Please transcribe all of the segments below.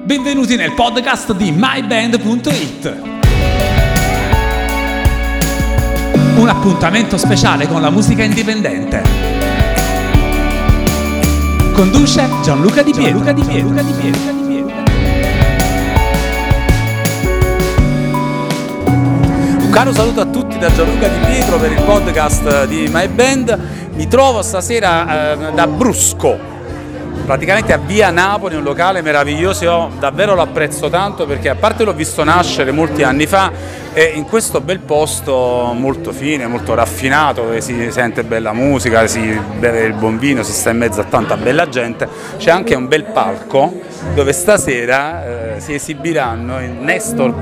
Benvenuti nel podcast di myband.it. Un appuntamento speciale con la musica indipendente. Conduce Gianluca Di Pietro. Un caro saluto a tutti da Gianluca Di Pietro per il podcast di My Band. Mi trovo stasera da Brusco, praticamente a Via Napoli, un locale meraviglioso. Io davvero lo apprezzo tanto perché, a parte l'ho visto nascere molti anni fa, e in questo bel posto molto fine, molto raffinato, dove si sente bella musica, si beve il buon vino, si sta in mezzo a tanta bella gente, c'è anche un bel palco dove stasera si esibirà Nestor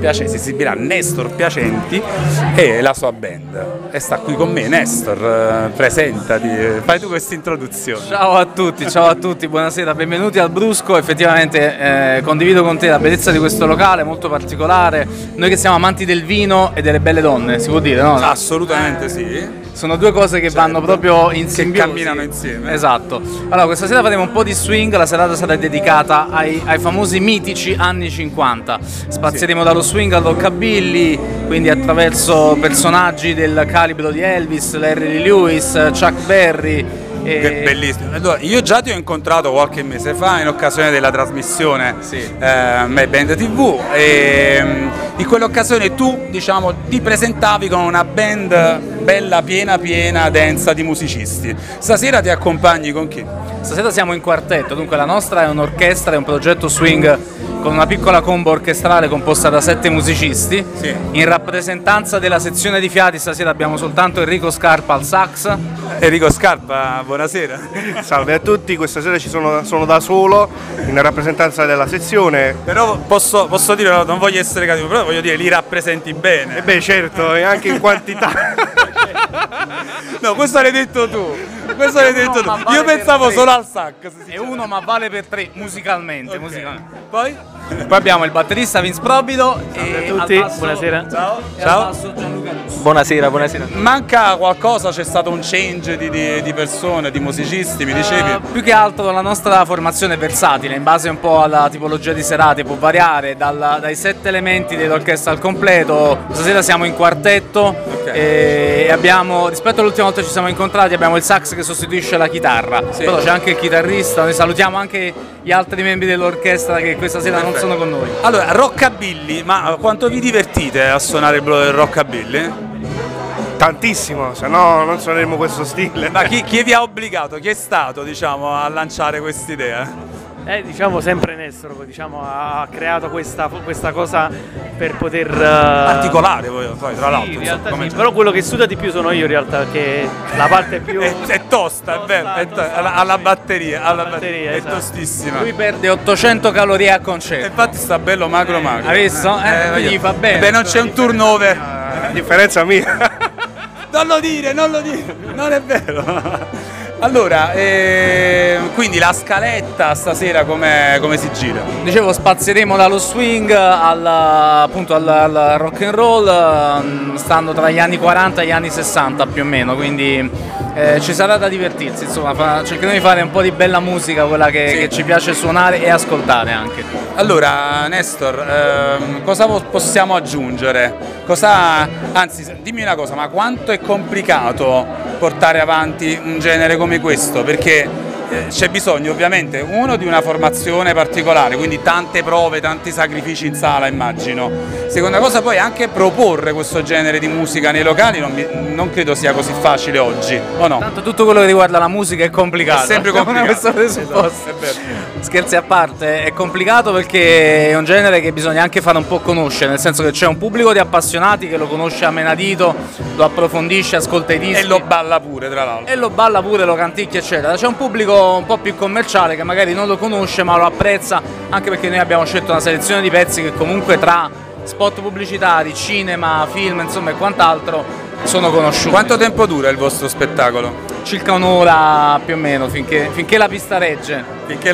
Piacenti e la sua band. E sta qui con me Nestor, presentati, fai tu questa introduzione. Ciao a tutti, buonasera, benvenuti al Brusco. Effettivamente condivido con te la bellezza di questo locale molto particolare. Noi che siamo amanti del vino e delle belle donne, si può dire, no? Assolutamente sì. Sono due cose che vanno proprio in simbiosi, che camminano insieme. Esatto. Allora, questa sera faremo un po' di swing, la serata sarà dedicata ai famosi mitici anni 50. Spazieremo dallo swing al rockabilly, quindi attraverso personaggi del calibro di Elvis, Larry Lee Lewis, Chuck Berry. Che bellissimo. Allora, io già ti ho incontrato qualche mese fa in occasione della trasmissione My Band TV, e in quell'occasione tu, diciamo, ti presentavi con una band bella piena densa di musicisti. Stasera ti accompagni con chi? Stasera siamo in quartetto, dunque la nostra è un'orchestra, è un progetto swing con una piccola combo orchestrale composta da 7 musicisti. Sì. In rappresentanza della sezione di fiati stasera abbiamo soltanto Enrico Scarpa al sax. Enrico Scarpa, buonasera. Salve a tutti, questa sera sono da solo in rappresentanza della sezione. Però posso dire, non voglio essere cattivo, però voglio dire, li rappresenti bene. E beh, certo, e anche in quantità. No, questo l'hai detto tu. Io pensavo solo al sax. E uno ma vale per 3 musicalmente. Poi abbiamo il batterista Vince Probido. Salve a tutti, buonasera. Ciao. Gianluca Russo. Buonasera. Manca qualcosa? C'è stato un change di persone, di musicisti, mi dicevi? Più che altro la nostra formazione è versatile, in base un po' alla tipologia di serate, può variare dai 7 elementi dell'orchestra al completo. Stasera siamo in quartetto, e abbiamo, rispetto all'ultima volta ci siamo incontrati, abbiamo il sax che sostituisce la chitarra, però c'è anche il chitarrista. Noi salutiamo anche gli altri membri dell'orchestra che questa sera non sono con noi. Allora, rockabilly, ma quanto vi divertite a suonare il rockabilly? Tantissimo, se no non suoneremo questo stile. Ma chi vi ha obbligato? Chi è stato, diciamo, a lanciare quest'idea? Diciamo sempre Nestor, diciamo, ha creato questa cosa per poter... Particolare poi tra l'altro. In realtà sì, però quello che suda di più sono io in realtà, che la parte più... è tosta, è vero, alla batteria, è esatto. Tostissima. Lui perde 800 calorie a concerto. Infatti sta bello magro. Hai visto? Gli fa bene. Beh, non c'è un turnover. A differenza mia. Non lo dire, non è vero. Allora, quindi la scaletta stasera come si gira? Dicevo, spazieremo dallo swing al rock and roll, stando tra gli anni 40 e gli anni 60 più o meno, quindi ci sarà da divertirsi, insomma, cercheremo di fare un po' di bella musica, quella che ci piace suonare e ascoltare anche. Allora, Nestor, cosa possiamo aggiungere? Anzi, dimmi una cosa, ma quanto è complicato portare avanti un genere come questo? Perché c'è bisogno ovviamente di una formazione particolare, quindi tante prove, tanti sacrifici in sala, immagino. Seconda cosa, poi anche proporre questo genere di musica nei locali non credo sia così facile oggi, o no? Tanto tutto quello che riguarda la musica è complicato. È sempre complicato. Questo presupposto. Esatto, Scherzi a parte, è complicato perché è un genere che bisogna anche fare un po' conoscere, nel senso che c'è un pubblico di appassionati che lo conosce a menadito, lo approfondisce, ascolta i dischi. E lo balla pure, tra l'altro. Lo canticchia, eccetera. C'è un pubblico un po' più commerciale che magari non lo conosce ma lo apprezza, anche perché noi abbiamo scelto una selezione di pezzi che comunque tra spot pubblicitari, cinema, film, insomma, e quant'altro sono conosciuti. Quanto tempo dura il vostro spettacolo? Circa un'ora più o meno, finché la pista regge.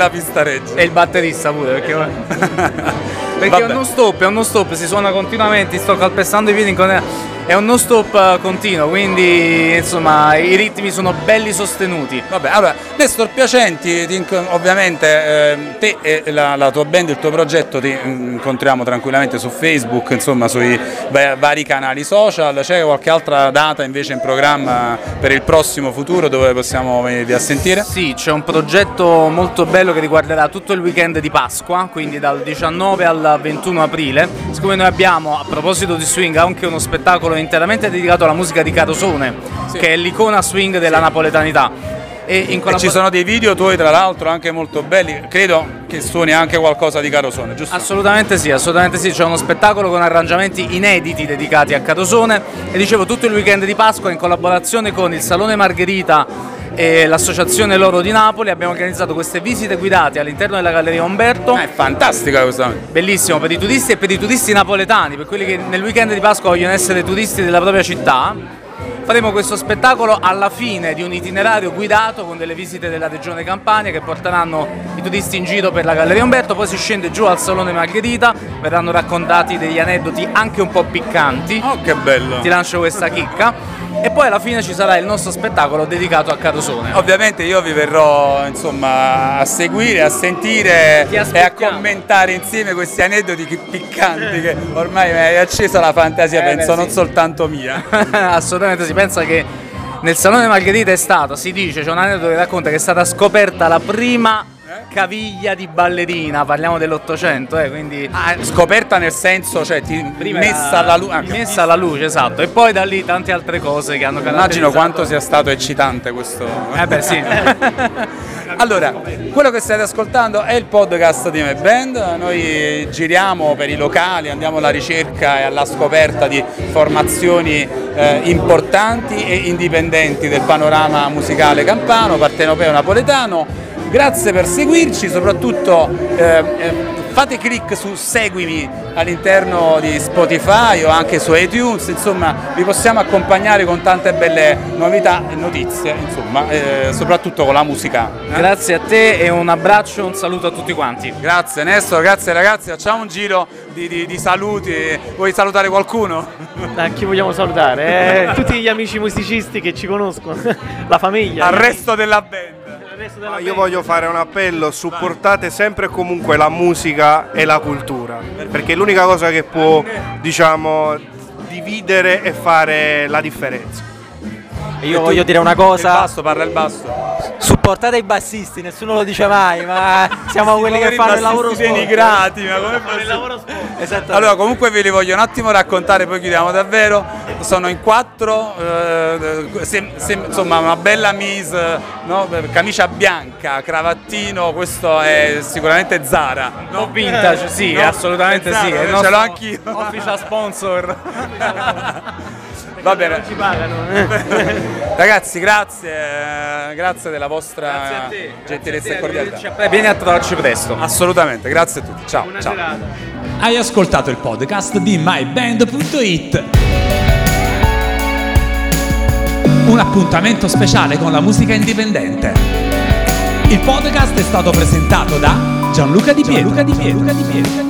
E il batterista pure, perché è uno stop, si suona continuamente, sto calpestando i piedi è un non stop continuo, quindi insomma i ritmi sono belli sostenuti. Vabbè, allora, Nestor Piacenti, ovviamente te e la tua band, il tuo progetto ti incontriamo tranquillamente su Facebook, insomma sui vari canali social. C'è qualche altra data invece in programma per il prossimo futuro dove possiamo venirvi a sentire? Sì, c'è un progetto molto bello che riguarderà tutto il weekend di Pasqua, quindi dal 19 al 21 aprile. Siccome noi abbiamo, a proposito di swing, anche uno spettacolo interamente dedicato alla musica di Carosone, che è l'icona swing della napoletanità. E ci sono dei video tuoi tra l'altro anche molto belli, credo che suoni anche qualcosa di Carosone, giusto? Assolutamente sì, c'è uno spettacolo con arrangiamenti inediti dedicati a Carosone e dicevo tutto il weekend di Pasqua in collaborazione con il Salone Margherita e l'associazione Loro di Napoli abbiamo organizzato queste visite guidate all'interno della Galleria Umberto. È fantastica questa. Bellissimo per i turisti e per i turisti napoletani, per quelli che nel weekend di Pasqua vogliono essere turisti della propria città. Faremo questo spettacolo alla fine di un itinerario guidato con delle visite della Regione Campania che porteranno i turisti in giro per la Galleria Umberto, poi si scende giù al Salone Margherita, verranno raccontati degli aneddoti anche un po' piccanti. Oh, che bello! Ti lancio questa chicca. E poi alla fine ci sarà il nostro spettacolo dedicato a Carosone. Ovviamente io vi verrò insomma a seguire, a sentire e a commentare insieme questi aneddoti piccanti che ormai mi hai accesa la fantasia, penso non soltanto mia. Assolutamente si pensa che nel Salone Margherita è stata, si dice, c'è un aneddoto che racconta che è stata scoperta la prima caviglia di ballerina, parliamo dell'800, quindi scoperta nel senso, cioè messa alla luce. Messa alla luce, esatto, e poi da lì tante altre cose che hanno caratterizzato. Immagino quanto sia stato eccitante questo. Beh sì. Allora, quello che state ascoltando è il podcast di My Band, noi giriamo per i locali, andiamo alla ricerca e alla scoperta di formazioni importanti e indipendenti del panorama musicale campano, partenopeo napoletano. Grazie per seguirci, soprattutto fate click su seguimi all'interno di Spotify o anche su iTunes, insomma vi possiamo accompagnare con tante belle novità e notizie, insomma, soprattutto con la musica. Grazie a te e un abbraccio, un saluto a tutti quanti. Grazie Nestor, grazie ragazzi, facciamo un giro di saluti, vuoi salutare qualcuno? Chi vogliamo salutare? Tutti gli amici musicisti che ci conoscono, la famiglia. Al resto della band. Io voglio fare un appello: supportate sempre e comunque la musica e la cultura, perché è l'unica cosa che può, diciamo, dividere e fare la differenza. Io voglio dire una cosa: parla il basso. supportate i bassisti, nessuno lo dice mai, ma siamo quelli che fanno il lavoro sport. denigrati, ma come fanno il lavoro sport? Allora, comunque ve li voglio un attimo raccontare, poi chiudiamo davvero. Sono in 4, insomma una bella mise, no? Camicia bianca, cravattino, questo è sicuramente Zara. No? Vintage, sì, no? Assolutamente Zara, sì. Ce l'ho anch'io. Official sponsor. Va bene. Ci pagano. Ragazzi, grazie della vostra gentilezza e cordialità. Vieni a trovarci presto. Assolutamente, grazie a tutti. Ciao. Ciao. Hai ascoltato il podcast di myband.it. Un appuntamento speciale con la musica indipendente. Il podcast è stato presentato da Gianluca Di Pietro.